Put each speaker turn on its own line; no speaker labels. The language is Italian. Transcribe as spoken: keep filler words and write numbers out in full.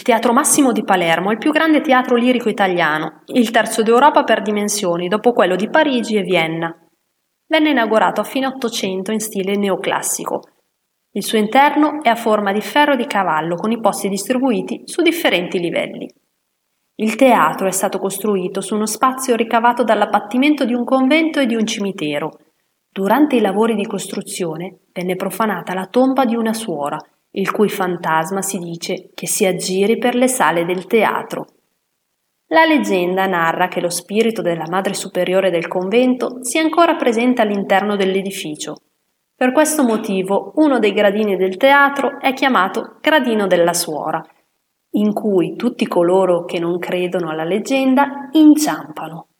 Il Teatro Massimo di Palermo è il più grande teatro lirico italiano, il terzo d'Europa per dimensioni, dopo quello di Parigi e Vienna. Venne inaugurato a fine Ottocento in stile neoclassico. Il suo interno è a forma di ferro di cavallo con i posti distribuiti su differenti livelli. Il teatro è stato costruito su uno spazio ricavato dall'abbattimento di un convento e di un cimitero. Durante i lavori di costruzione venne profanata la tomba di una suora, il cui fantasma si dice che si aggiri per le sale del teatro. La leggenda narra che lo spirito della madre superiore del convento sia ancora presente all'interno dell'edificio. Per questo motivo uno dei gradini del teatro è chiamato Gradino della Suora, in cui tutti coloro che non credono alla leggenda inciampano.